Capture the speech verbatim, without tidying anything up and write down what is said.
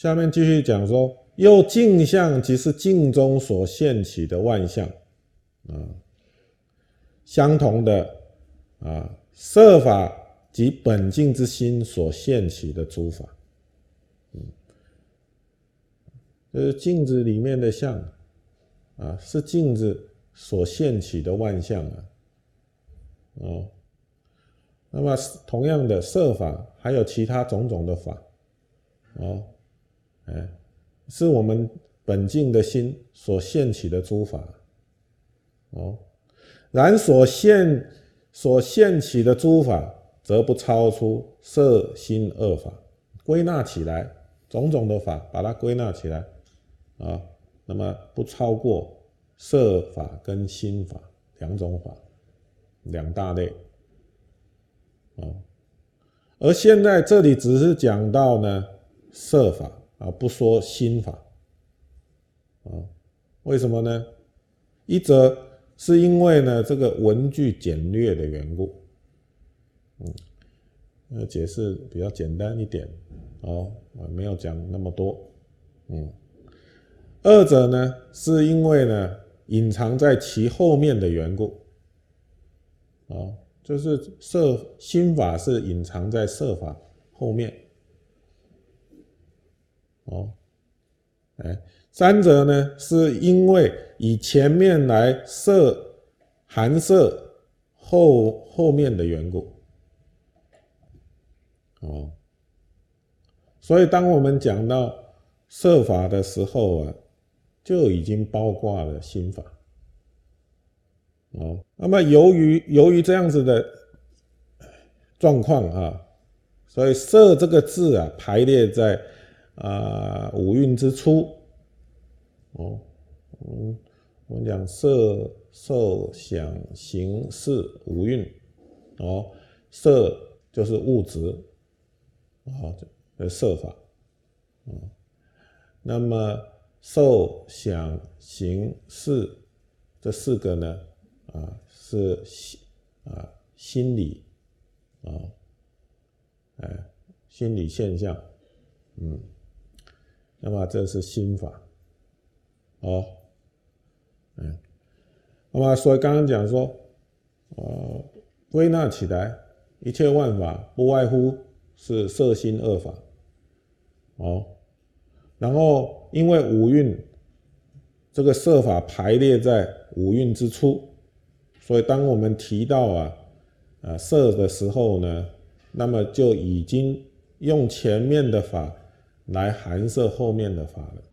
下面继续讲说，又镜相即是镜中所现起的万象，啊，相同的啊，色法即本镜之心所现起的诸法，嗯，就是镜子里面的相啊，是镜子所现起的万象啊，哦，那么同样的色法还有其他种种的法，哦。哎，是我们本净的心所现起的诸法，哦，然所现所现起的诸法，则不超出色心二法。归纳起来，种种的法，把它归纳起来，啊，那么不超过色法跟心法两种法，两大类，哦。而现在这里只是讲到呢色法。啊，不说心法，啊，为什么呢？一则是因为呢这个文句简略的缘故，嗯，那解释比较简单一点，哦，我没有讲那么多，嗯。二者呢，是因为呢隐藏在其后面的缘故，哦，就是色心法是隐藏在色法后面。哦，哎，三者呢，是因为以前面来摄含摄后后面的缘故，哦，所以当我们讲到摄法的时候啊，就已经包括了心法，哦，那么由于由于这样子的状况啊，所以摄这个字啊，排列在啊、呃、五蕴之初。哦，嗯，我们讲色、受、想、行、识五蕴，哦，色就是物质，哦，这色法，哦，那么受、想、行、识这四个呢，啊，是啊心理，啊，哎，心理现象，嗯，那么这是心法。哦，嗯，那么所以刚刚讲说，呃，归纳起来，一切万法不外乎是色心二法，哦，然后因为五蕴这个色法排列在五蕴之初，所以当我们提到啊，啊色的时候呢，那么就已经用前面的法来含摄后面的法了。